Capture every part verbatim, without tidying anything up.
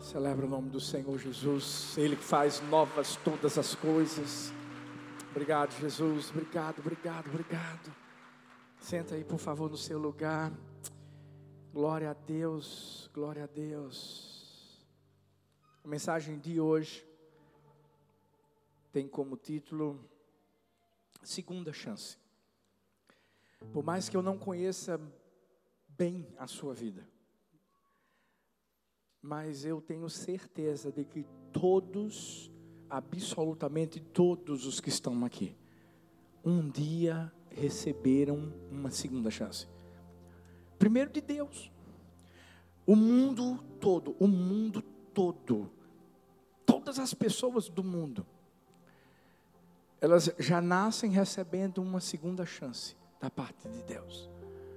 Celebra o nome do Senhor Jesus, Ele que faz novas todas as coisas. Obrigado, Jesus, obrigado, obrigado, obrigado. Senta aí, por favor, no seu lugar. Glória a Deus, glória a Deus. A mensagem de hoje tem como título Segunda Chance. Por mais que eu não conheça bem a sua vida, mas eu tenho certeza de que todos, absolutamente todos os que estão aqui, um dia receberam uma segunda chance. Primeiro de Deus. O mundo todo, o mundo todo, todas as pessoas do mundo, elas já nascem recebendo uma segunda chance da parte de Deus.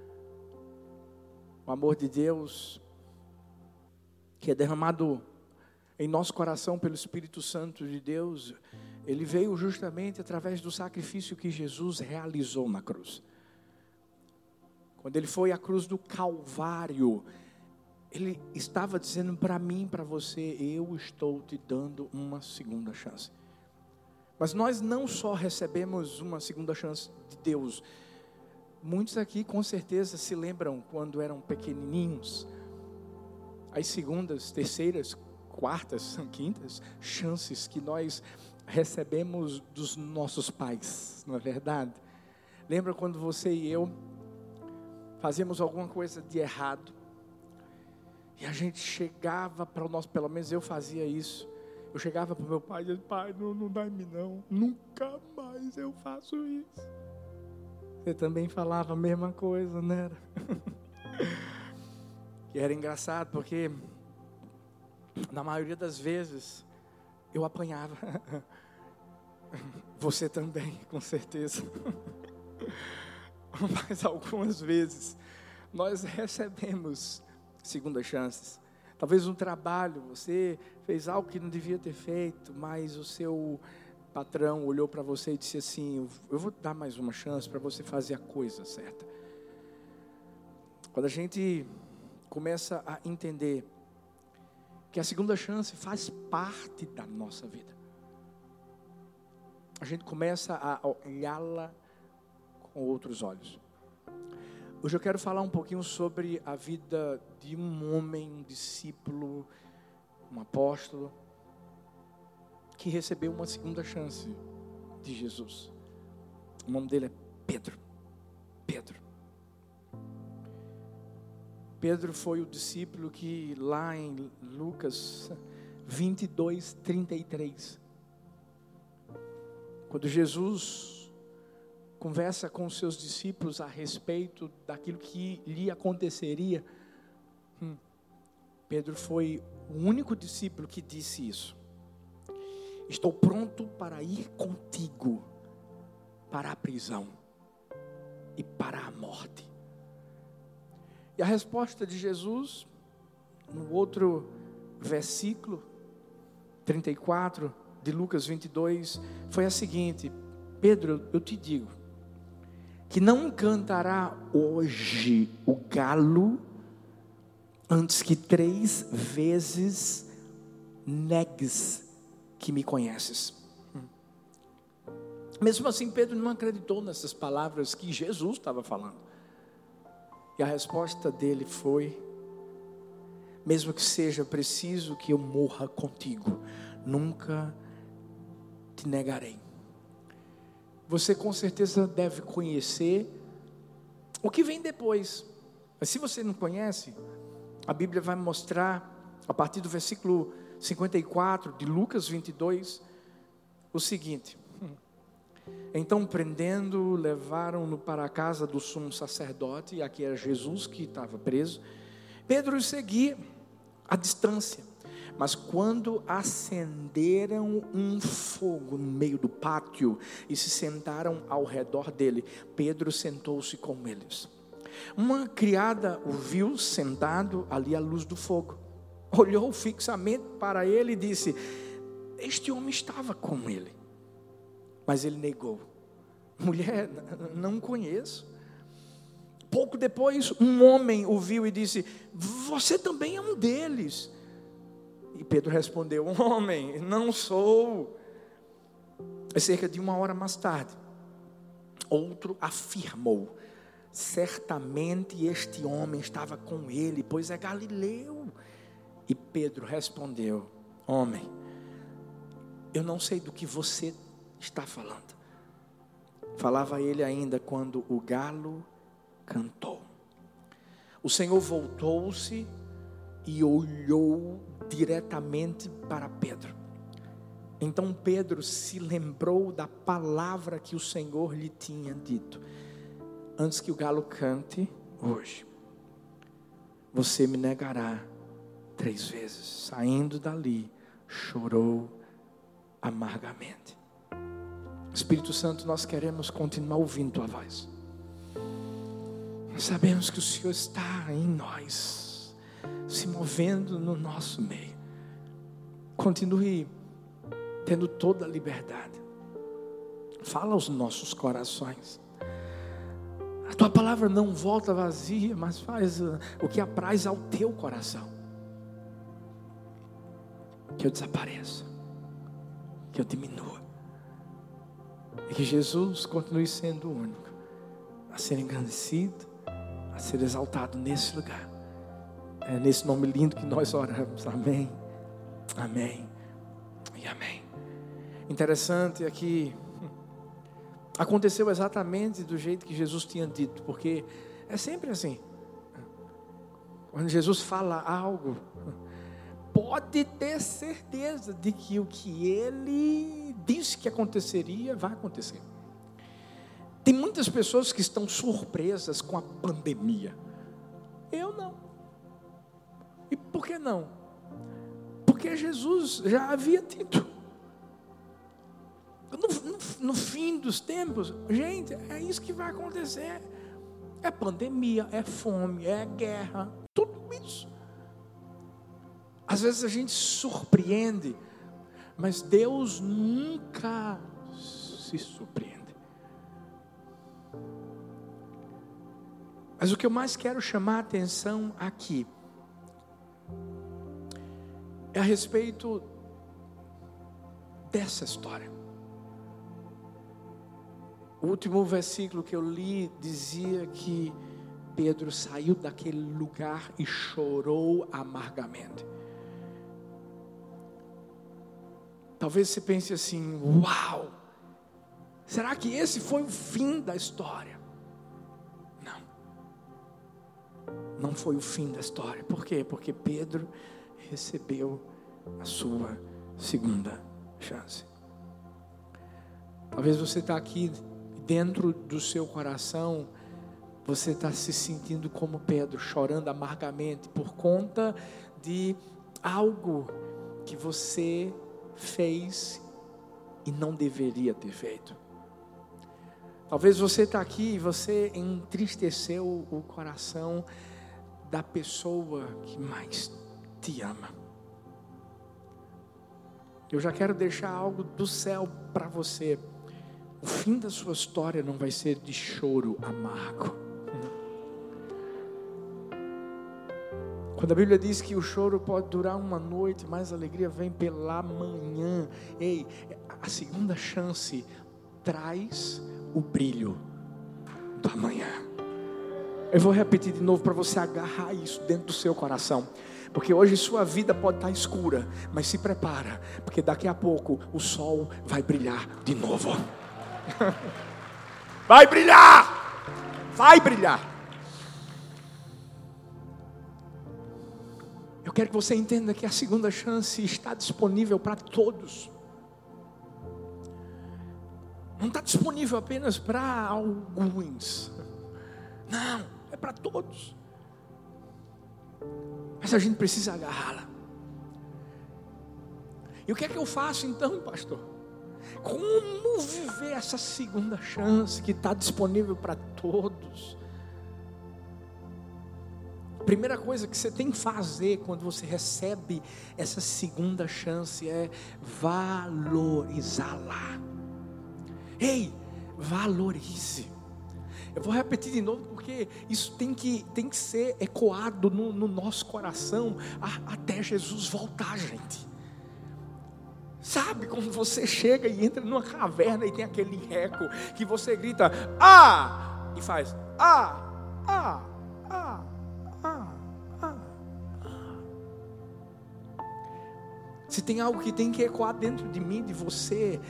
O amor de Deus, que é derramado em nosso coração pelo Espírito Santo de Deus, ele veio justamente através do sacrifício que Jesus realizou na cruz. Quando ele foi à cruz do Calvário, ele estava dizendo para mim, para você: eu estou te dando uma segunda chance. Mas nós não só recebemos uma segunda chance de Deus. Muitos aqui com certeza se lembram quando eram pequenininhos, as segundas, terceiras, quartas, quintas chances que nós recebemos dos nossos pais, não é verdade? Lembra quando você e eu fazíamos alguma coisa de errado e a gente chegava para o nosso, pelo menos eu fazia isso, eu chegava para o meu pai e dizia: pai, não, não dá em mim não, nunca mais eu faço isso. Você também falava a mesma coisa, não era? E era engraçado porque na maioria das vezes eu apanhava. Você também, com certeza. Mas algumas vezes nós recebemos segundas chances. Talvez um trabalho, você fez algo que não devia ter feito, mas o seu patrão olhou para você e disse assim: eu vou te dar mais uma chance para você fazer a coisa certa. Quando a gente começa a entender que a segunda chance faz parte da nossa vida, a gente começa a olhá-la com outros olhos. Hoje eu quero falar um pouquinho sobre a vida de um homem, um discípulo, um apóstolo, que recebeu uma segunda chance de Jesus. O nome dele é Pedro. Pedro. Pedro foi o discípulo que lá em Lucas vinte e dois, trinta e três, quando Jesus conversa com os seus discípulos a respeito daquilo que lhe aconteceria, hum, Pedro foi o único discípulo que disse isso: estou pronto para ir contigo para a prisão e para a morte. E a resposta de Jesus, no outro versículo, trinta e quatro, de Lucas vinte e dois, foi a seguinte: Pedro, eu te digo, que não cantará hoje o galo, antes que três vezes negues que me conheces. Mesmo assim, Pedro não acreditou nessas palavras que Jesus estava falando. E a resposta dele foi: mesmo que seja preciso que eu morra contigo, nunca te negarei. Você com certeza deve conhecer o que vem depois. Mas se você não conhece, a Bíblia vai mostrar, a partir do versículo cinquenta e quatro de Lucas vinte e dois, o seguinte: então, prendendo, levaram-no para a casa do sumo sacerdote, e aqui era Jesus que estava preso. Pedro o seguia à distância, mas quando acenderam um fogo no meio do pátio e se sentaram ao redor dele, Pedro sentou-se com eles. Uma criada o viu sentado ali à luz do fogo, olhou fixamente para ele e disse: este homem estava com ele. Mas ele negou: mulher, não conheço. Pouco depois, um homem o viu e disse: você também é um deles. E Pedro respondeu: homem, não sou. E cerca de uma hora mais tarde, outro afirmou: certamente este homem estava com ele, pois é galileu. E Pedro respondeu: homem, eu não sei do que você está falando. Falava ele ainda quando o galo cantou. O Senhor voltou-se e olhou diretamente para Pedro. Então Pedro se lembrou da palavra que o Senhor lhe tinha dito: antes que o galo cante hoje, você me negará três vezes. Saindo dali, chorou amargamente. Espírito Santo, nós queremos continuar ouvindo tua voz. Nós sabemos que o Senhor está em nós, se movendo no nosso meio. Continue tendo toda a liberdade. Fala aos nossos corações. A tua palavra não volta vazia, mas faz o que apraz ao teu coração. Que eu desapareça, que eu diminua, e que Jesus continue sendo o único a ser engrandecido, a ser exaltado nesse lugar. É nesse nome lindo que nós oramos. Amém, amém e amém. Interessante é que aconteceu exatamente do jeito que Jesus tinha dito, porque é sempre assim. Quando Jesus fala algo, pode ter certeza de que o que ele disse que aconteceria, vai acontecer. Tem muitas pessoas que estão surpresas com a pandemia. Eu não. E por que não? Porque Jesus já havia dito. No, no, no fim dos tempos, gente, é isso que vai acontecer. É pandemia, é fome, é guerra, tudo isso. Às vezes a gente se surpreende, mas Deus nunca se surpreende. Mas o que eu mais quero chamar a atenção aqui é a respeito dessa história. O último versículo que eu li dizia que Pedro saiu daquele lugar e chorou amargamente. Talvez você pense assim: uau, será que esse foi o fim da história? Não, não foi o fim da história. Por quê? Porque Pedro recebeu a sua segunda chance. Talvez você está aqui, dentro do seu coração, você está se sentindo como Pedro, chorando amargamente por conta de algo que você fez e não deveria ter feito. Talvez você está aqui e você entristeceu o coração da pessoa que mais te ama. Eu já quero deixar algo do céu para você. O fim da sua história não vai ser de choro amargo. Quando a Bíblia diz que o choro pode durar uma noite, mas a alegria vem pela manhã. Ei, a segunda chance traz o brilho da manhã. Eu vou repetir de novo para você agarrar isso dentro do seu coração. Porque hoje sua vida pode estar escura, mas se prepara, porque daqui a pouco o sol vai brilhar de novo. Vai brilhar! Vai brilhar! Eu quero que você entenda que a segunda chance está disponível para todos. Não está disponível apenas para alguns. Não, é para todos. Mas a gente precisa agarrá-la. E o que é que eu faço então, pastor? Como viver essa segunda chance que está disponível para todos? Primeira coisa que você tem que fazer quando você recebe essa segunda chance é valorizá-la. Ei, valorize. Eu vou repetir de novo, porque isso tem que, tem que ser ecoado no, no nosso coração a, até Jesus voltar, gente. Sabe quando você chega e entra numa caverna e tem aquele eco que você grita, ah! E faz, ah, ah, ah, ah, ah, ah. Se tem algo que tem que ecoar dentro de mim, de você,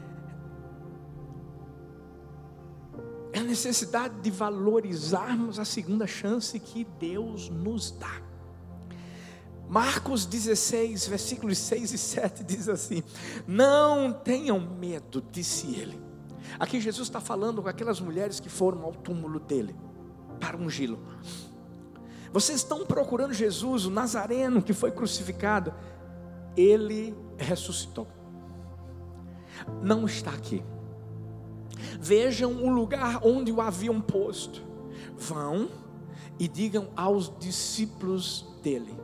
é a necessidade de valorizarmos a segunda chance que Deus nos dá. Marcos dezesseis, versículos seis e sete diz assim: não tenham medo, disse ele. Aqui Jesus está falando com aquelas mulheres que foram ao túmulo dele para ungí-lo. Vocês estão procurando Jesus, o Nazareno que foi crucificado. Ele ressuscitou, não está aqui. Vejam o lugar onde o haviam posto. Vão e digam aos discípulos dele.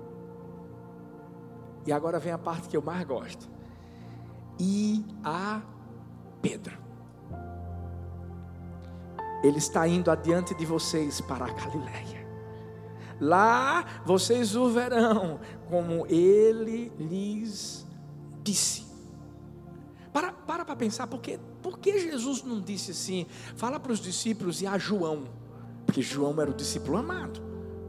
E agora vem a parte que eu mais gosto. E a Pedro. Ele está indo adiante de vocês para a Galileia. Lá vocês o verão, como ele lhes disse. Para para para pensar, por que, por que Jesus não disse assim, fala para os discípulos e a João? Porque João era o discípulo amado.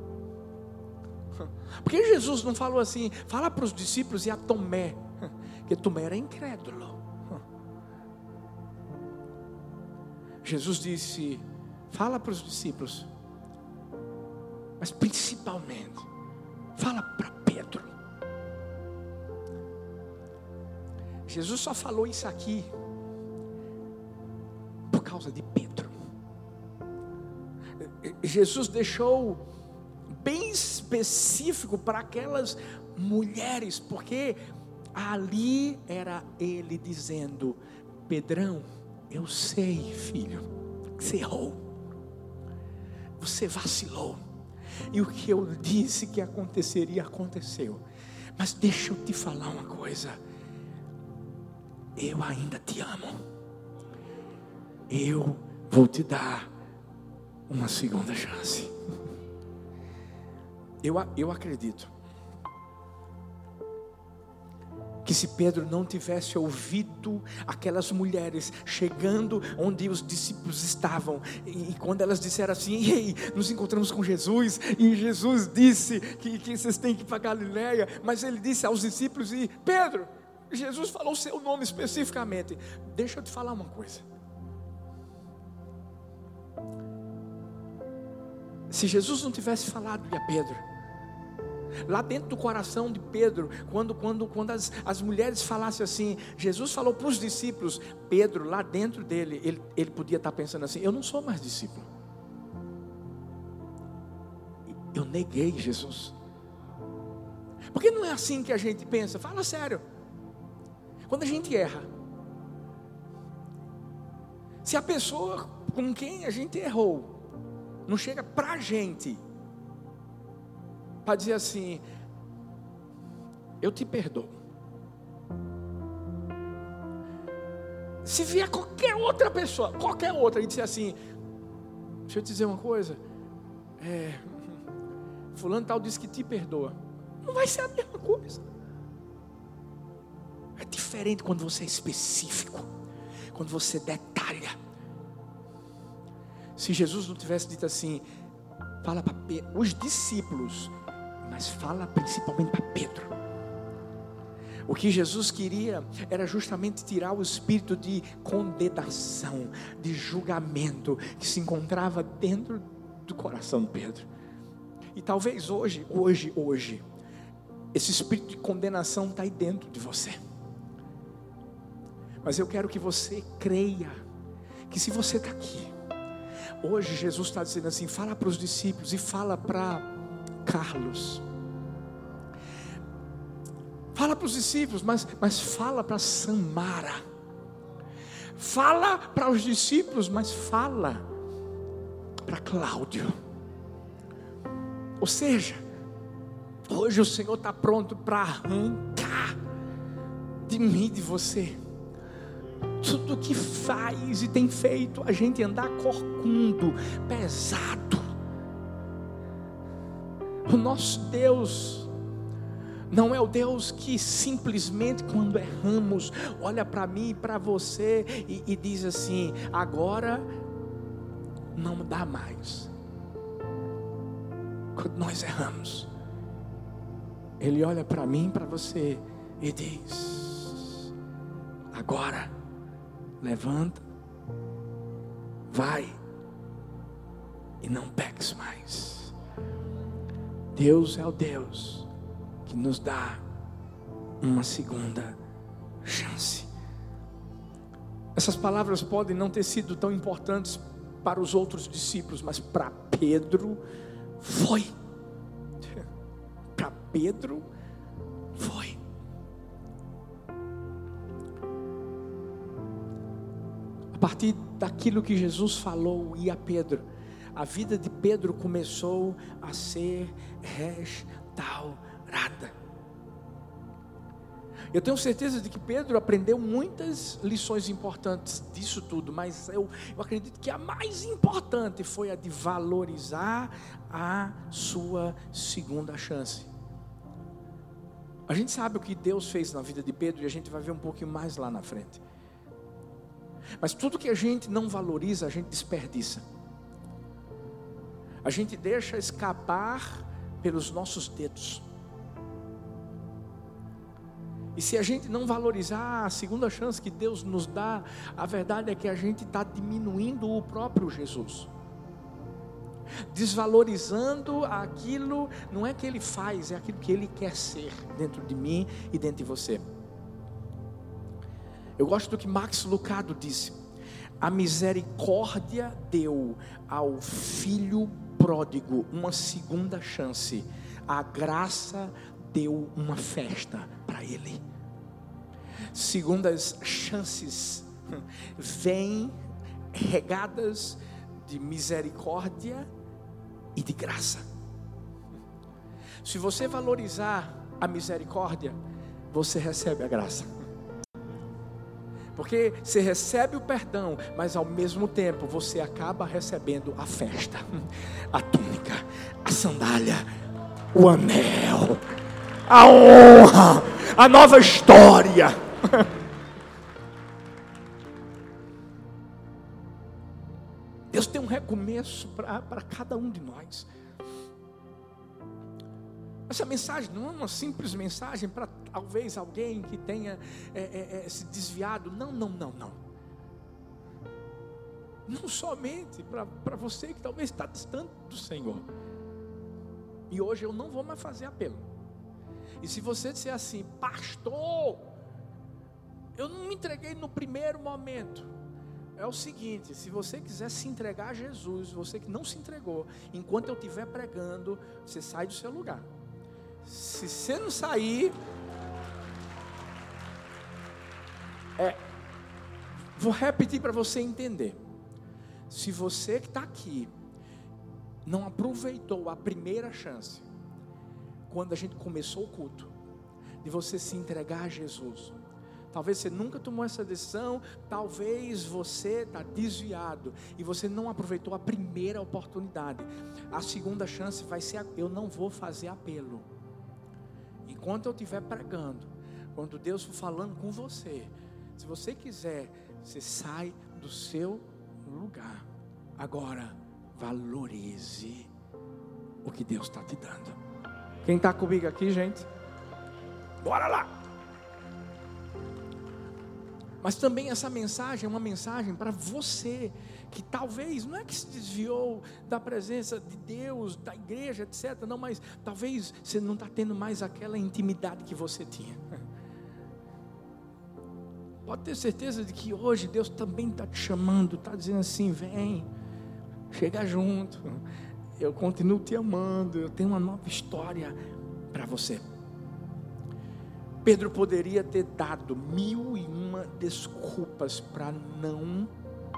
Por que Jesus não falou assim, fala para os discípulos e a Tomé? Porque Tomé era incrédulo. Jesus disse, fala para os discípulos, mas principalmente, fala para Pedro. Jesus só falou isso aqui por causa de Pedro. Jesus deixou bem específico para aquelas mulheres, porque ali era ele dizendo, Pedrão, eu sei, filho, que você errou, você vacilou, e o que eu disse que aconteceria, aconteceu, mas deixa eu te falar uma coisa, eu ainda te amo, eu vou te dar uma segunda chance. Eu, eu acredito que se Pedro não tivesse ouvido aquelas mulheres chegando onde os discípulos estavam, e, e quando elas disseram assim, ei, nos encontramos com Jesus, e Jesus disse que, que vocês têm que ir para Galileia, mas ele disse aos discípulos, e Pedro, Jesus falou o seu nome especificamente. Deixa eu te falar uma coisa, se Jesus não tivesse falado a Pedro, lá dentro do coração de Pedro, quando, quando, quando as, as mulheres falassem assim, Jesus falou para os discípulos, Pedro, lá dentro dele, ele, ele podia estar pensando assim, eu não sou mais discípulo, eu neguei Jesus. Porque não é assim que a gente pensa, fala sério, quando a gente erra, se a pessoa com quem a gente errou não chega para a gente para dizer assim, eu te perdoo, se vier qualquer outra pessoa, qualquer outra, e dizer assim, deixa eu te dizer uma coisa, é, fulano tal disse que te perdoa, não vai ser a mesma coisa. É diferente quando você é específico, quando você detalha. Se Jesus não tivesse dito assim, fala para os discípulos, mas fala principalmente para Pedro. O que Jesus queria era justamente tirar o espírito de condenação, de julgamento que se encontrava dentro do coração de Pedro. E talvez hoje, hoje, hoje, esse espírito de condenação está aí dentro de você. Mas eu quero que você creia que se você está aqui hoje, Jesus está dizendo assim, fala para os discípulos e fala para Carlos, fala para os discípulos, mas, mas fala para Samara, fala para os discípulos, mas fala para Cláudio. Ou seja, hoje o Senhor está pronto para arrancar de mim, de você, tudo que faz e tem feito a gente andar corcundo, pesado. O nosso Deus não é o Deus que simplesmente quando erramos, olha para mim e para você e, e diz assim: agora não dá mais. Quando nós erramos, Ele olha para mim e para você e diz: agora levanta, vai e não peques mais. Deus é o Deus que nos dá uma segunda chance. Essas palavras podem não ter sido tão importantes para os outros discípulos, mas para Pedro foi. Para Pedro foi. A partir daquilo que Jesus falou e a Pedro, a vida de Pedro começou a ser restaurada. Eu tenho certeza de que Pedro aprendeu muitas lições importantes disso tudo, mas eu, eu acredito que a mais importante foi a de valorizar a sua segunda chance. A gente sabe o que Deus fez na vida de Pedro e a gente vai ver um pouquinho mais lá na frente. Mas tudo que a gente não valoriza, a gente desperdiça. A gente deixa escapar pelos nossos dedos. E se a gente não valorizar a segunda chance que Deus nos dá, a verdade é que a gente está diminuindo o próprio Jesus, desvalorizando aquilo, não é que Ele faz, é aquilo que Ele quer ser dentro de mim e dentro de você. Eu gosto do que Max Lucado disse: a misericórdia deu ao filho pródigo uma segunda chance, a graça deu uma festa para ele. Segundas chances vêm regadas de misericórdia e de graça. Se você valorizar a misericórdia, você recebe a graça. Porque você recebe o perdão, mas ao mesmo tempo você acaba recebendo a festa, a túnica, a sandália, o anel, a honra, a nova história. Deus tem um recomeço para cada um de nós. Essa mensagem não é uma simples mensagem para talvez alguém que tenha é, é, é, se desviado. Não, não, não, não. Não somente para você que talvez está distante do Senhor. E hoje eu não vou mais fazer apelo. E se você disser assim: pastor, eu não me entreguei no primeiro momento. É o seguinte: se você quiser se entregar a Jesus, você que não se entregou, enquanto eu estiver pregando, você sai do seu lugar. Se você não sair, é, vou repetir para você entender. Se você que está aqui não aproveitou a primeira chance, quando a gente começou o culto, de você se entregar a Jesus, talvez você nunca tomou essa decisão, talvez você está desviado e você não aproveitou a primeira oportunidade. A segunda chance vai ser: eu não vou fazer apelo. Enquanto eu estiver pregando, quando Deus for falando com você, se você quiser, você sai do seu lugar. Agora, valorize o que Deus está te dando. Quem está comigo aqui, gente? Bora lá! Mas também essa mensagem é uma mensagem para você que talvez, não é que se desviou da presença de Deus, da igreja, etcétera. Não, mas talvez você não está tendo mais aquela intimidade que você tinha. Pode ter certeza de que hoje Deus também está te chamando, está dizendo assim: vem, chega junto, eu continuo te amando, eu tenho uma nova história para você. Pedro poderia ter dado mil e uma desculpas para não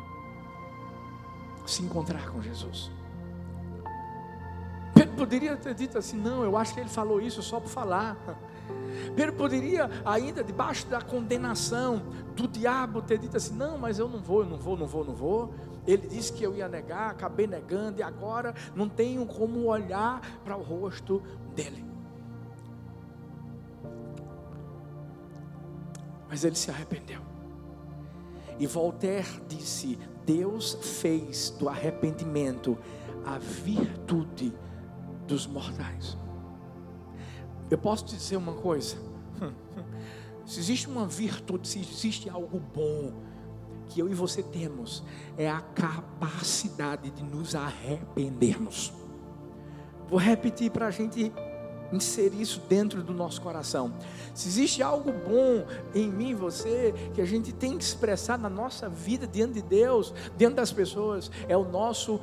se encontrar com Jesus. Pedro poderia ter dito assim: não, eu acho que ele falou isso só para falar. Pedro poderia ainda, debaixo da condenação do diabo, ter dito assim: não, mas eu não vou, eu não vou, não vou, não vou. Ele disse que eu ia negar, acabei negando, e agora não tenho como olhar para o rosto dele. Mas ele se arrependeu. E Voltaire disse: Deus fez do arrependimento a virtude dos mortais. Eu posso dizer uma coisa: se existe uma virtude, se existe algo bom que eu e você temos, é a capacidade de nos arrependermos. Vou repetir para a gente inserir isso dentro do nosso coração. Se existe algo bom em mim e você, que a gente tem que expressar na nossa vida diante de Deus, diante das pessoas, é o nosso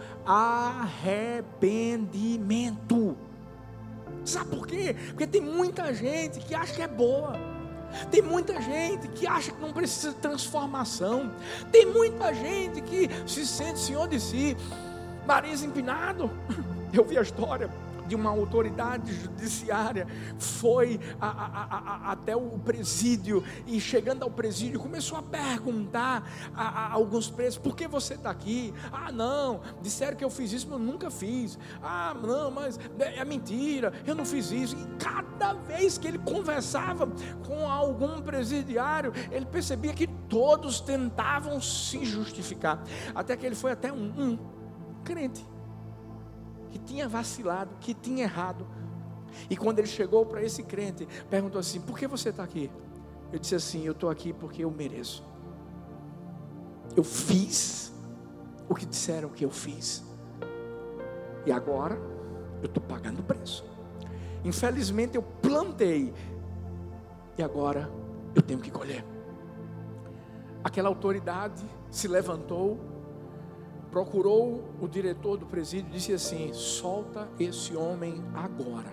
arrependimento. Sabe por quê? Porque tem muita gente que acha que é boa. Tem muita gente que acha que não precisa de transformação. Tem muita gente que se sente senhor de si, nariz empinado. Eu vi a história de uma autoridade judiciária, foi a, a, a, até o presídio, e chegando ao presídio, começou a perguntar a, a alguns presos: por que você está aqui? Ah, não, disseram que eu fiz isso, mas eu nunca fiz. Ah, não, mas é mentira, eu não fiz isso. E cada vez que ele conversava com algum presidiário, ele percebia que todos tentavam se justificar, até que ele foi até um, um crente, que tinha vacilado, que tinha errado. E quando ele chegou para esse crente, perguntou assim: por que você está aqui? Eu disse assim: eu estou aqui porque eu mereço. Eu fiz o que disseram que eu fiz, e agora eu estou pagando o preço. Infelizmente eu plantei, e agora eu tenho que colher. Aquela autoridade se levantou, procurou o diretor do presídio e disse assim: solta esse homem agora,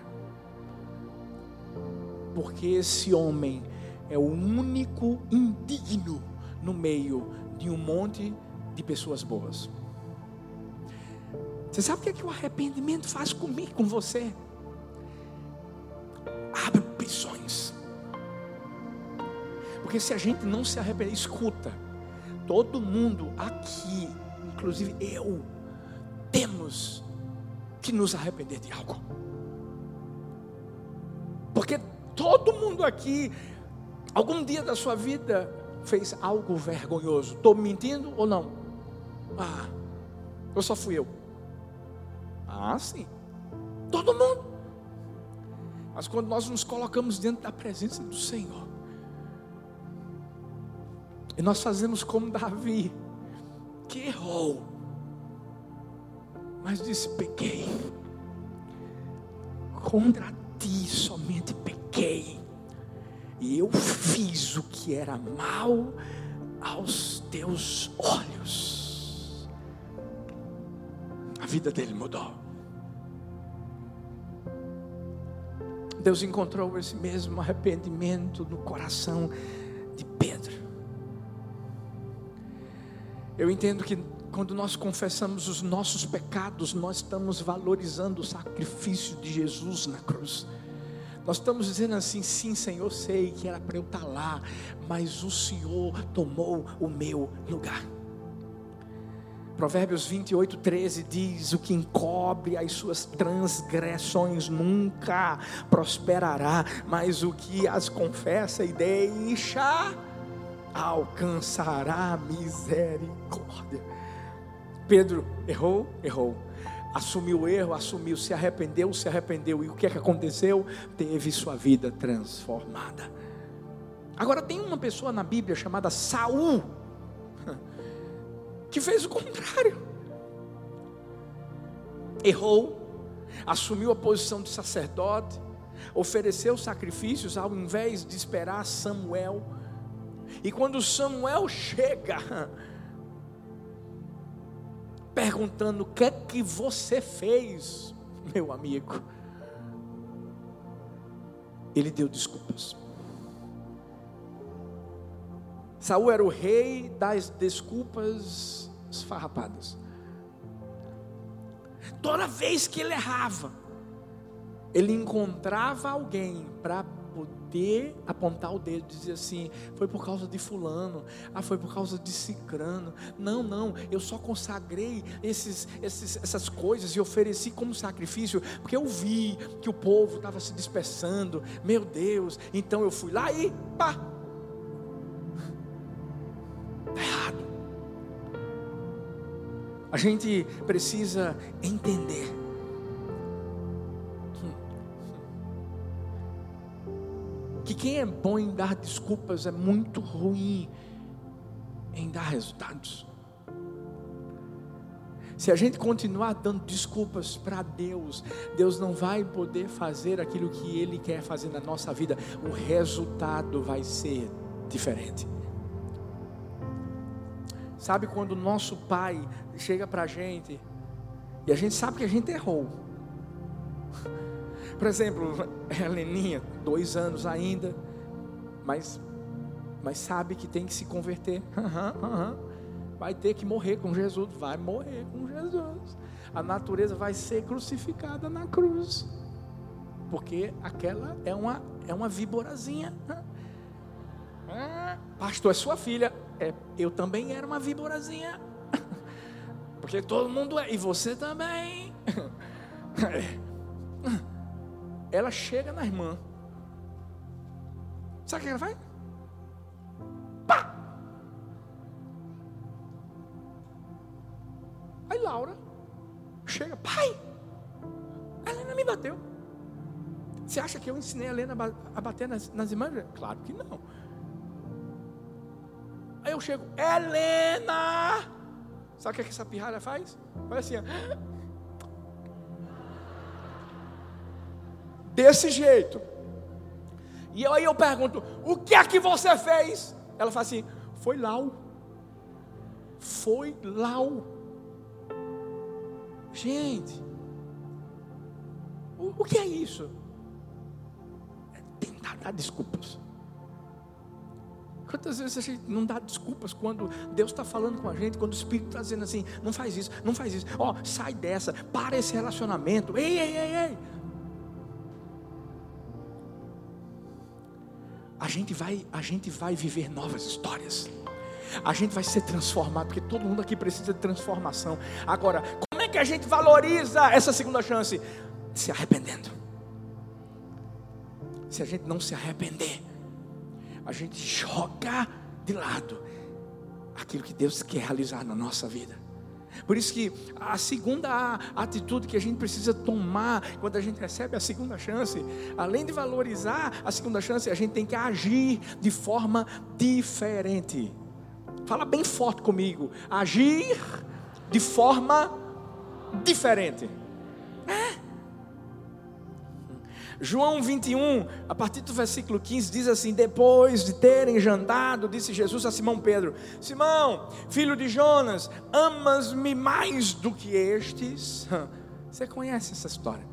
porque esse homem é o único indigno no meio de um monte de pessoas boas. Você sabe o que é que o arrependimento faz comigo, com você? Abre prisões. Porque se a gente não se arrepender, escuta, todo mundo aqui, inclusive eu, temos que nos arrepender de algo. Porque todo mundo aqui, algum dia da sua vida, fez algo vergonhoso. Estou mentindo ou não? Ah, eu só fui eu. Ah, sim, todo mundo. Mas quando nós nos colocamos dentro da presença do Senhor, e nós fazemos como Davi, que errou, mas disse: pequei, contra ti somente pequei, e eu fiz o que era mal aos teus olhos. A vida dele mudou. Deus encontrou esse mesmo arrependimento no coração de Pedro. Eu entendo que quando nós confessamos os nossos pecados, nós estamos valorizando o sacrifício de Jesus na cruz. Nós estamos dizendo assim: sim, Senhor, eu sei que era para eu estar lá, mas o Senhor tomou o meu lugar. Provérbios vinte e oito, treze diz: o que encobre as suas transgressões nunca prosperará, mas o que as confessa e deixa alcançará misericórdia. Pedro errou, errou, assumiu o erro, assumiu, se arrependeu, se arrependeu, e o que é que aconteceu? Teve sua vida transformada. Agora tem uma pessoa na Bíblia chamada Saul, que fez o contrário. Errou, assumiu a posição de sacerdote, ofereceu sacrifícios ao invés de esperar Samuel. E quando Samuel chega perguntando: o que é que você fez, meu amigo? Ele deu desculpas. Saul era o rei das desculpas esfarrapadas. Toda vez que ele errava, ele encontrava alguém para poder poder apontar o dedo e dizer assim: foi por causa de fulano, ah, foi por causa de cicrano. Não, não, eu só consagrei esses, esses, essas coisas e ofereci como sacrifício, porque eu vi que o povo estava se dispersando, meu Deus, então eu fui lá e pá, está errado. A gente precisa entender que quem é bom em dar desculpas é muito ruim em dar resultados. Se a gente continuar dando desculpas para Deus, Deus não vai poder fazer aquilo que Ele quer fazer na nossa vida. O resultado vai ser diferente. Sabe quando o nosso pai chega para a gente e a gente sabe que a gente errou? Por exemplo, a Heleninha, dois anos ainda, mas, mas sabe que tem que se converter. Uhum, uhum. Vai ter que morrer com Jesus, vai morrer com Jesus. A natureza vai ser crucificada na cruz, porque aquela é uma, é uma víborazinha. Ah, pastor, é sua filha. É, eu também era uma víborazinha, porque todo mundo é, e você também. É. Ela chega na irmã, sabe o que ela faz? Pá! Aí Laura chega: pai, a Helena me bateu. Você acha que eu ensinei a Helena a bater nas, nas irmãs? Claro que não. Aí eu chego: Helena! Sabe o que essa pirralha faz? Faz assim, ó. Desse jeito. E aí eu pergunto: o que é que você fez? Ela fala assim: foi Lau. Foi Lau. Gente, o, o que é isso? É tentar dar desculpas. Quantas vezes a gente não dá desculpas quando Deus está falando com a gente, quando o Espírito está dizendo assim: não faz isso, não faz isso, ó, oh, sai dessa, para esse relacionamento, ei, ei, ei, ei. A gente vai, a gente vai viver novas histórias. A gente vai ser transformado, porque todo mundo aqui precisa de transformação. Agora, como é que a gente valoriza essa segunda chance? Se arrependendo. Se a gente não se arrepender, a gente joga de lado aquilo que Deus quer realizar na nossa vida. Por isso que a segunda atitude que a gente precisa tomar quando a gente recebe a segunda chance, além de valorizar a segunda chance, a gente tem que agir de forma diferente. Fala bem forte comigo: agir de forma diferente. É. João vinte e um, a partir do versículo quinze, diz assim: depois de terem jantado, disse Jesus a Simão Pedro: Simão, filho de Jonas, amas-me mais do que estes? Você conhece essa história?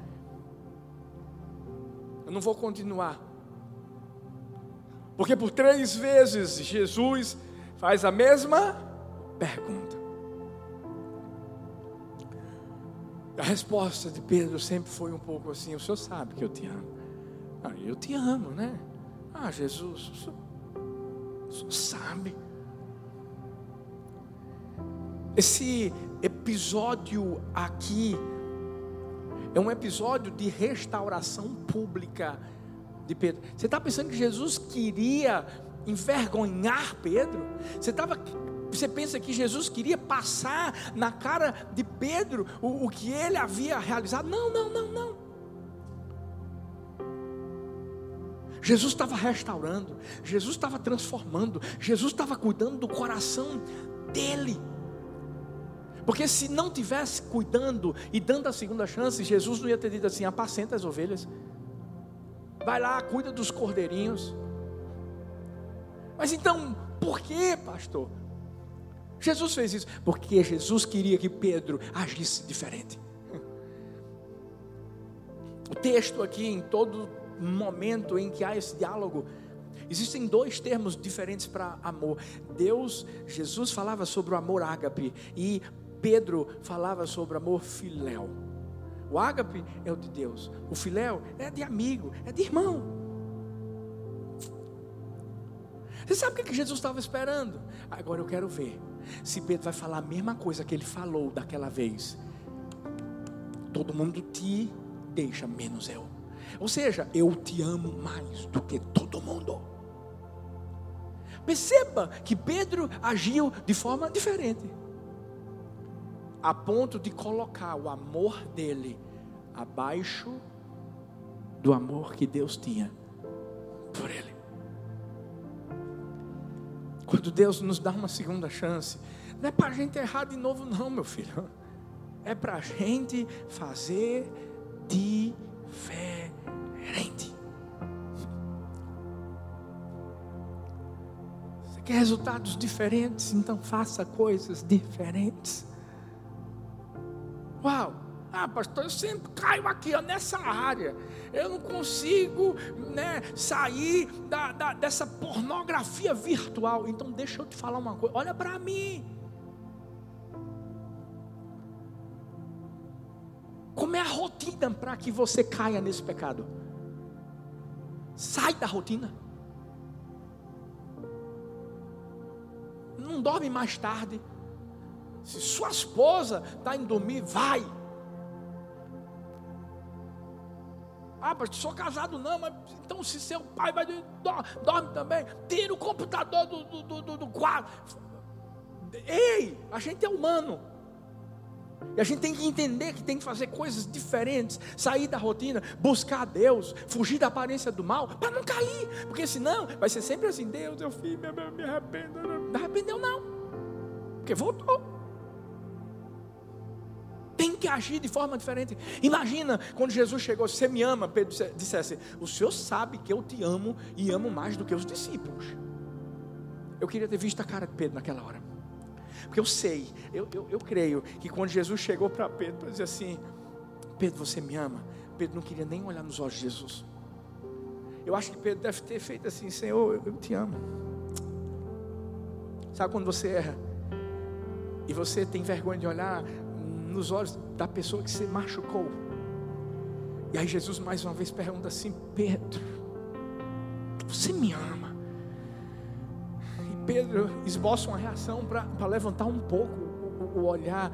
Eu não vou continuar, porque por três vezes Jesus faz a mesma pergunta. A resposta de Pedro sempre foi um pouco assim: o senhor sabe que eu te amo. Ah, eu te amo, né? Ah, Jesus, o senhor, o senhor sabe. Esse episódio aqui é um episódio de restauração pública de Pedro. Você está pensando que Jesus queria envergonhar Pedro? Você estava... Você pensa que Jesus queria passar na cara de Pedro o, o que ele havia realizado? Não, não, não, não. Jesus estava restaurando, Jesus estava transformando, Jesus estava cuidando do coração dele. Porque se não tivesse cuidando e dando a segunda chance, Jesus não ia ter dito assim: apacenta as ovelhas, vai lá, cuida dos cordeirinhos. Mas então, por que, pastor? Jesus fez isso porque Jesus queria que Pedro agisse diferente. O texto aqui, em todo momento em que há esse diálogo, existem dois termos diferentes para amor. Deus, Jesus falava sobre o amor ágape e Pedro falava sobre o amor filéu. O ágape é o de Deus, o filéu é de amigo, é de irmão. Você sabe o que Jesus estava esperando? Agora eu quero ver se Pedro vai falar a mesma coisa que ele falou daquela vez. Todo mundo te deixa, menos eu. Ou seja, eu te amo mais do que todo mundo. Perceba que Pedro agiu de forma diferente, a ponto de colocar o amor dele abaixo do amor que Deus tinha por ele. Quando Deus nos dá uma segunda chance, não é para a gente errar de novo não, meu filho. É para a gente fazer diferente. Você quer resultados diferentes? Então faça coisas diferentes. Uau! Ah, pastor, eu sempre caio aqui, ó, nessa área. Eu não consigo, né, sair da, da, dessa pornografia virtual. Então deixa eu te falar uma coisa. Olha para mim. Como é a rotina para que você caia nesse pecado? Sai da rotina. Não dorme mais tarde. Se sua esposa está indo dormir, vai. Ah, pastor, sou casado não, mas então se seu pai vai dormir, dorme também. Tira o computador do, do, do, do quarto. Ei, a gente é humano. E a gente tem que entender que tem que fazer coisas diferentes, sair da rotina, buscar Deus, fugir da aparência do mal, para não cair, porque senão vai ser sempre assim: Deus, eu fiz, me arrependo. Não arrependeu não, porque voltou. Tem que agir de forma diferente. Imagina quando Jesus chegou: você me ama? Pedro dissesse: o Senhor sabe que eu te amo e amo mais do que os discípulos. Eu queria ter visto a cara de Pedro naquela hora. Porque eu sei, eu, eu, eu creio que quando Jesus chegou para Pedro para dizer assim: Pedro, você me ama? Pedro não queria nem olhar nos olhos de Jesus. Eu acho que Pedro deve ter feito assim: Senhor, eu, eu te amo. Sabe quando você erra e você tem vergonha de olhar nos olhos da pessoa que você machucou? E aí Jesus mais uma vez pergunta assim: Pedro, você me ama? Pedro esboça uma reação para levantar um pouco o, o olhar.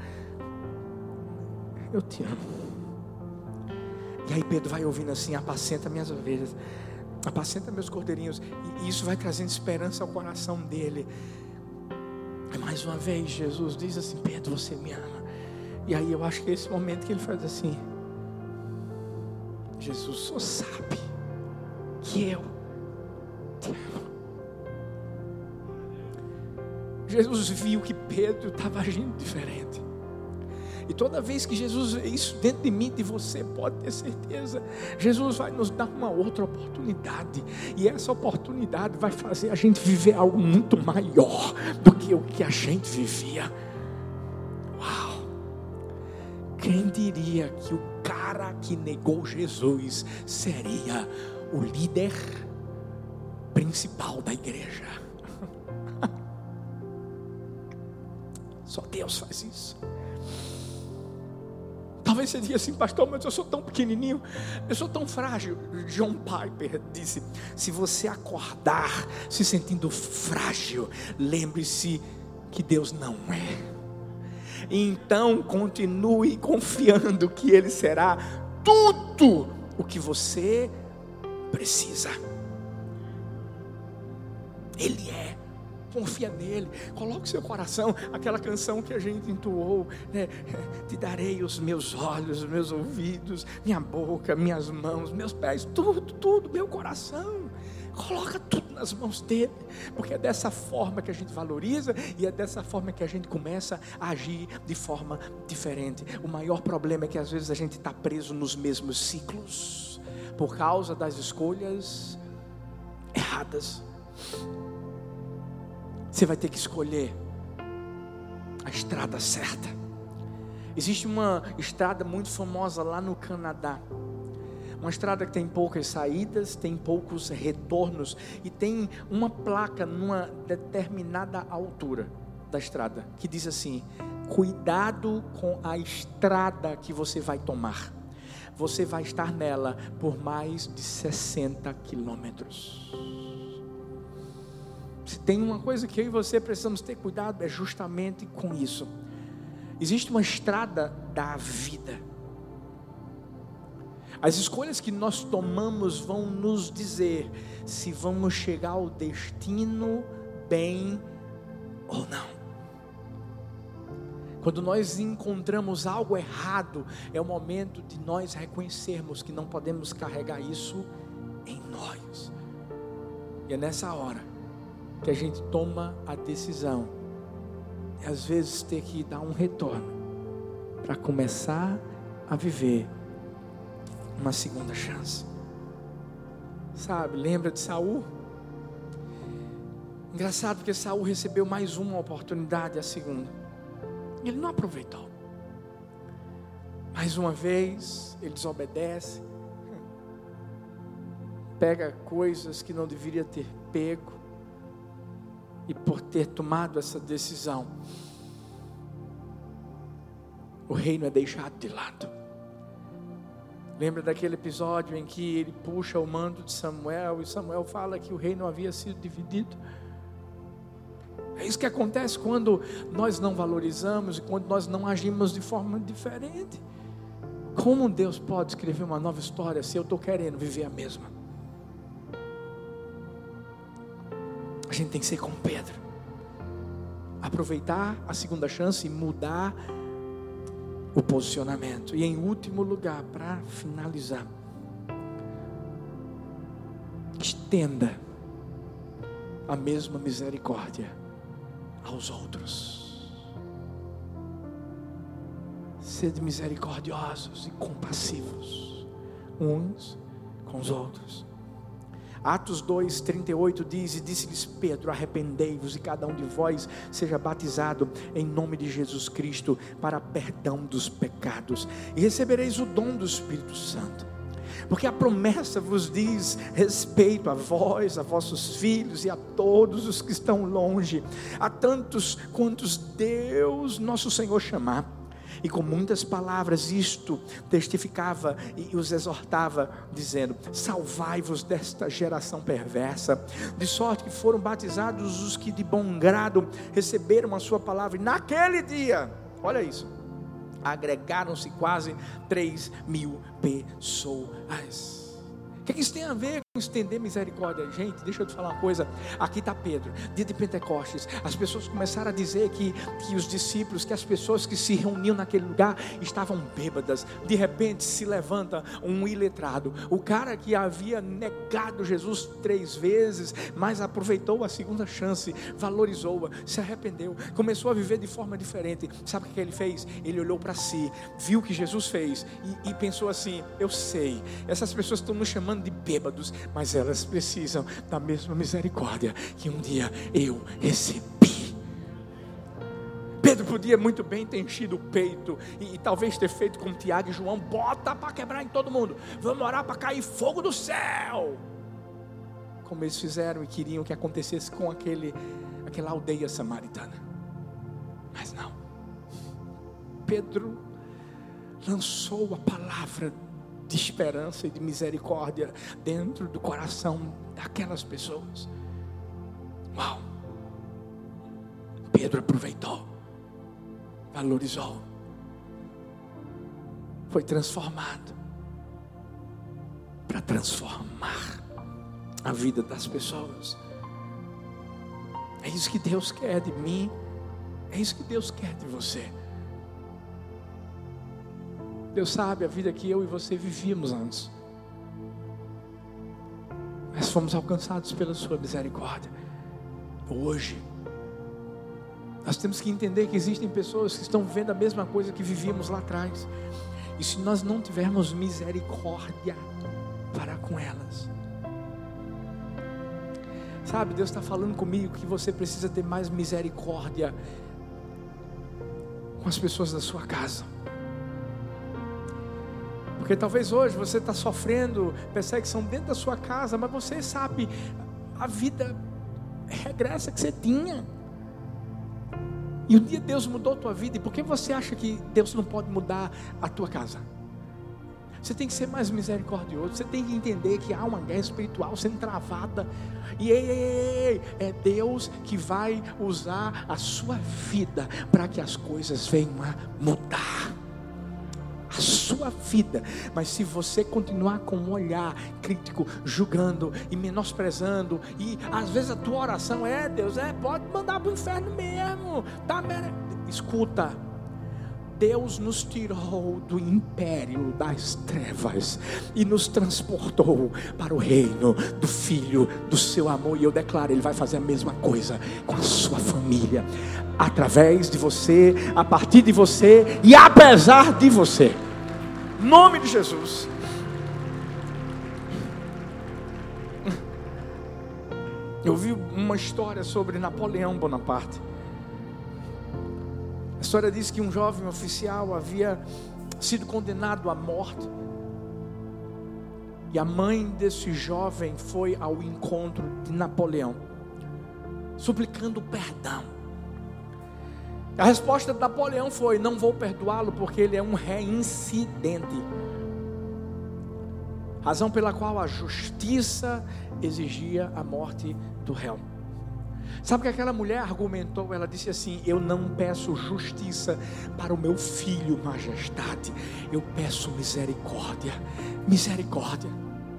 Eu te amo. E aí Pedro vai ouvindo assim: apacenta minhas ovelhas, apacenta meus cordeirinhos. E isso vai trazendo esperança ao coração dele. E mais uma vez Jesus diz assim: Pedro, você me ama. E aí eu acho que é esse momento que ele faz assim: Jesus, só sabe que eu te amo. Jesus viu que Pedro estava agindo diferente. E toda vez que Jesus vê isso dentro de mim, de você, pode ter certeza, Jesus vai nos dar uma outra oportunidade. E essa oportunidade vai fazer a gente viver algo muito maior do que o que a gente vivia. Uau! Quem diria que o cara que negou Jesus seria o líder principal da igreja? Só Deus faz isso. Talvez você diga assim: pastor, mas eu sou tão pequenininho, eu sou tão frágil. John Piper disse: se você acordar se sentindo frágil, lembre-se que Deus não é. Então continue confiando que Ele será tudo o que você precisa. Ele é. Confia nele, coloque seu coração. Aquela canção que a gente entoou, né? Te darei os meus olhos, os meus ouvidos, minha boca, minhas mãos, meus pés, tudo, tudo, meu coração. Coloca tudo nas mãos dele, porque é dessa forma que a gente valoriza e é dessa forma que a gente começa a agir de forma diferente. O maior problema é que às vezes a gente está preso nos mesmos ciclos por causa das escolhas erradas. Você vai ter que escolher a estrada certa. Existe uma estrada muito famosa lá no Canadá. Uma estrada que tem poucas saídas, tem poucos retornos e tem uma placa numa determinada altura da estrada que diz assim: cuidado com a estrada que você vai tomar. Você vai estar nela por mais de sessenta quilômetros. Se tem uma coisa que eu e você precisamos ter cuidado, é justamente com isso. Existe uma estrada da vida. As escolhas que nós tomamos vão nos dizer se vamos chegar ao destino bem ou não. Quando nós encontramos algo errado, é o momento de nós reconhecermos que não podemos carregar isso em nós. E é nessa hora que a gente toma a decisão de às vezes ter que dar um retorno para começar a viver uma segunda chance. Sabe, lembra de Saul? Engraçado porque Saul recebeu mais uma oportunidade, a segunda. Ele não aproveitou. Mais uma vez, ele desobedece. Pega coisas que não deveria ter pego. E por ter tomado essa decisão, o reino é deixado de lado. Lembra daquele episódio em que ele puxa o manto de Samuel, e Samuel fala que o reino havia sido dividido? É isso que acontece quando nós não valorizamos e quando nós não agimos de forma diferente. Como Deus pode escrever uma nova história se eu estou querendo viver a mesma? A gente tem que ser como Pedro, aproveitar a segunda chance e mudar o posicionamento. E em último lugar, para finalizar, estenda a mesma misericórdia aos outros. Sede misericordiosos e compassivos uns com os outros. Atos dois, trinta e oito diz: e disse-lhes Pedro: arrependei-vos e cada um de vós seja batizado em nome de Jesus Cristo para perdão dos pecados, e recebereis o dom do Espírito Santo, porque a promessa vos diz respeito a vós, a vossos filhos e a todos os que estão longe, a tantos quantos Deus nosso Senhor chamar. E com muitas palavras isto testificava e os exortava, dizendo: salvai-vos desta geração perversa. De sorte que foram batizados os que de bom grado receberam a sua palavra. E naquele dia, olha isso, agregaram-se quase três mil pessoas. O que isso tem a ver com estender misericórdia? Gente, deixa eu te falar uma coisa. Aqui está Pedro, dia de Pentecostes. As pessoas começaram a dizer que, que os discípulos, que as pessoas que se reuniam naquele lugar estavam bêbadas. De repente se levanta um iletrado, o cara que havia negado Jesus três vezes, mas aproveitou a segunda chance, valorizou-a, se arrependeu, começou a viver de forma diferente. Sabe o que ele fez? Ele olhou para si, viu o que Jesus fez e, e pensou assim: eu sei, essas pessoas estão nos chamando de bêbados, mas elas precisam da mesma misericórdia que um dia eu recebi. Pedro podia muito bem ter enchido o peito e, e talvez ter feito como Tiago e João: bota para quebrar em todo mundo, vamos orar para cair fogo do céu, como eles fizeram e queriam que acontecesse com aquele, aquela aldeia samaritana. Mas não, Pedro lançou a palavra de esperança e de misericórdia dentro do coração daquelas pessoas. Uau! Pedro aproveitou, valorizou, foi transformado para transformar a vida das pessoas. É isso que Deus quer de mim, é isso que Deus quer de você. Deus sabe a vida que eu e você vivíamos antes, mas fomos alcançados pela sua misericórdia. Hoje nós temos que entender que existem pessoas que estão vivendo a mesma coisa que vivíamos lá atrás, e se nós não tivermos misericórdia para com elas, sabe, Deus está falando comigo que você precisa ter mais misericórdia com as pessoas da sua casa. Porque talvez hoje você está sofrendo perseguição dentro da sua casa, mas você sabe a vida regressa que você tinha. E um dia Deus mudou a tua vida. E por que você acha que Deus não pode mudar a tua casa? Você tem que ser mais misericordioso. Você tem que entender que há uma guerra espiritual sendo travada. E ei, ei, ei, é Deus que vai usar a sua vida para que as coisas venham a mudar. A sua vida. Mas se você continuar com um olhar crítico, julgando e menosprezando, e às vezes a tua oração é: Deus, é, pode mandar para o inferno mesmo, tá, mere... escuta, Deus nos tirou do império das trevas e nos transportou para o reino do Filho do seu amor. E eu declaro, Ele vai fazer a mesma coisa com a sua família, através de você, a partir de você e apesar de você. Em nome de Jesus. Eu vi uma história sobre Napoleão Bonaparte. A história diz que um jovem oficial havia sido condenado à morte. E a mãe desse jovem foi ao encontro de Napoleão, suplicando perdão. A resposta de Napoleão foi: não vou perdoá-lo porque ele é um reincidente. Razão pela qual a justiça exigia a morte do réu. Sabe o que aquela mulher argumentou? Ela disse assim: eu não peço justiça para o meu filho, majestade, eu peço misericórdia, misericórdia.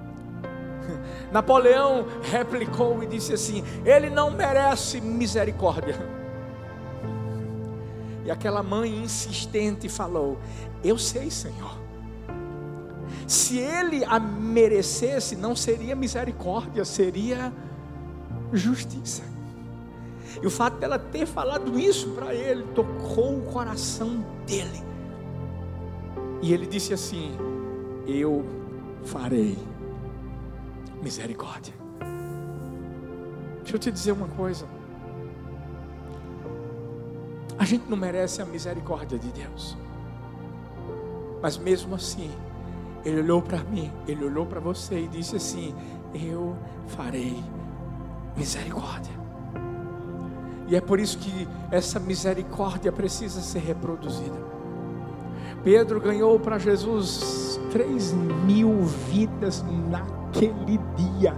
Napoleão replicou e disse assim: ele não merece misericórdia. E aquela mãe insistente falou: eu sei, Senhor, se ele a merecesse, não seria misericórdia, seria justiça. E o fato dela ter falado isso para ele tocou o coração dele. E ele disse assim: eu farei misericórdia. Deixa eu te dizer uma coisa. A gente não merece a misericórdia de Deus, mas mesmo assim Ele olhou para mim, Ele olhou para você e disse assim: eu farei misericórdia. E é por isso que essa misericórdia precisa ser reproduzida. Pedro ganhou para Jesus três mil vidas naquele dia.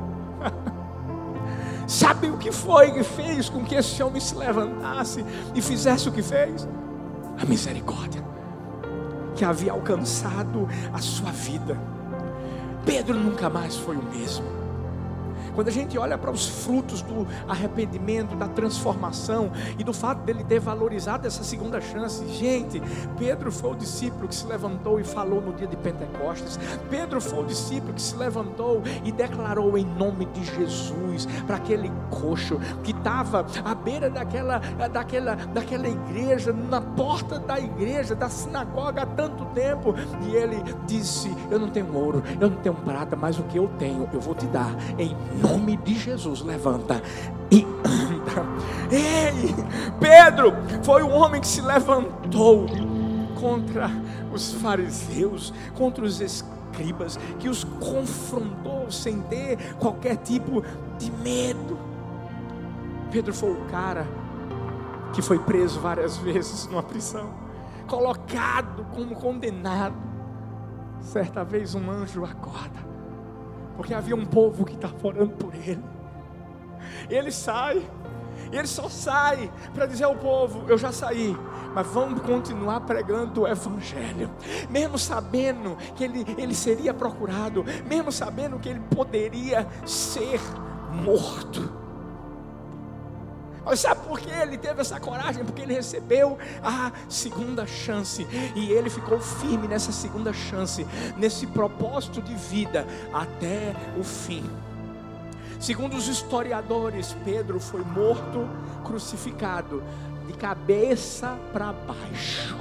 Sabe o que foi que fez com que esse homem se levantasse e fizesse o que fez? A misericórdia que havia alcançado a sua vida. Pedro nunca mais foi o mesmo. Quando a gente olha para os frutos do arrependimento, da transformação e do fato dele ter valorizado essa segunda chance, gente, Pedro foi o discípulo que se levantou e falou no dia de Pentecostes. Pedro foi o discípulo que se levantou e declarou em nome de Jesus para aquele coxo que estava à beira daquela, daquela, daquela igreja, na porta da igreja, da sinagoga há tanto tempo, e ele disse: eu não tenho ouro, eu não tenho prata, mas o que eu tenho eu vou te dar, em nome de Jesus, levanta e anda. Ei, Pedro foi um homem que se levantou contra os fariseus, contra os escribas, que os confrontou sem ter qualquer tipo de medo. Pedro foi o cara que foi preso várias vezes numa prisão, colocado como condenado. Certa vez um anjo acorda, porque havia um povo que estava orando por ele. Ele sai, e ele só sai para dizer ao povo: eu já saí, mas vamos continuar pregando o evangelho, mesmo sabendo que ele, ele seria procurado, mesmo sabendo que ele poderia ser morto. Mas sabe por que ele teve essa coragem? Porque ele recebeu a segunda chance, e ele ficou firme nessa segunda chance, nesse propósito de vida até o fim. Segundo os historiadores, Pedro foi morto, crucificado, de cabeça para baixo.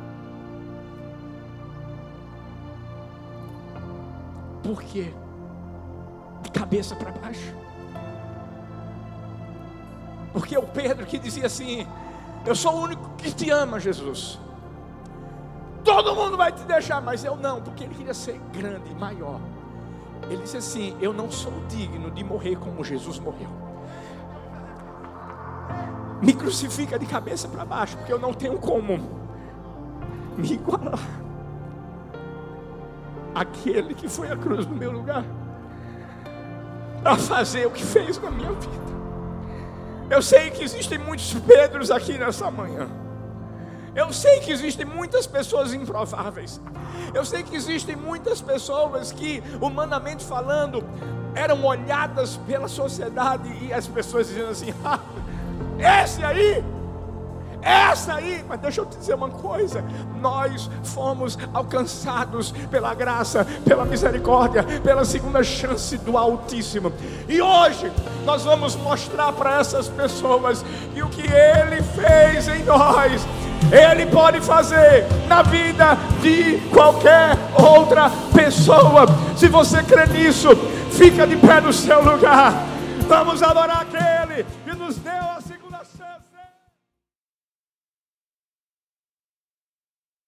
Por quê? De cabeça para baixo. Porque o Pedro que dizia assim: eu sou o único que te ama, Jesus, todo mundo vai te deixar, mas eu não, porque ele queria ser grande, maior. Ele disse assim: eu não sou digno de morrer como Jesus morreu. Me crucifica de cabeça para baixo, porque eu não tenho como me igualar. aquele que foi à cruz no meu lugar, para fazer o que fez com a minha vida. Eu sei que existem muitos Pedros aqui nessa manhã. Eu sei que existem muitas pessoas improváveis. Eu sei que existem muitas pessoas que, humanamente falando, eram olhadas pela sociedade e as pessoas dizendo assim: ah, esse aí, essa aí. Mas deixa eu te dizer uma coisa: nós fomos alcançados pela graça, pela misericórdia, pela segunda chance do Altíssimo. E hoje nós vamos mostrar para essas pessoas que o que Ele fez em nós, Ele pode fazer na vida de qualquer outra pessoa. Se você crê nisso, fica de pé no seu lugar. Vamos adorar aquele que nos deu a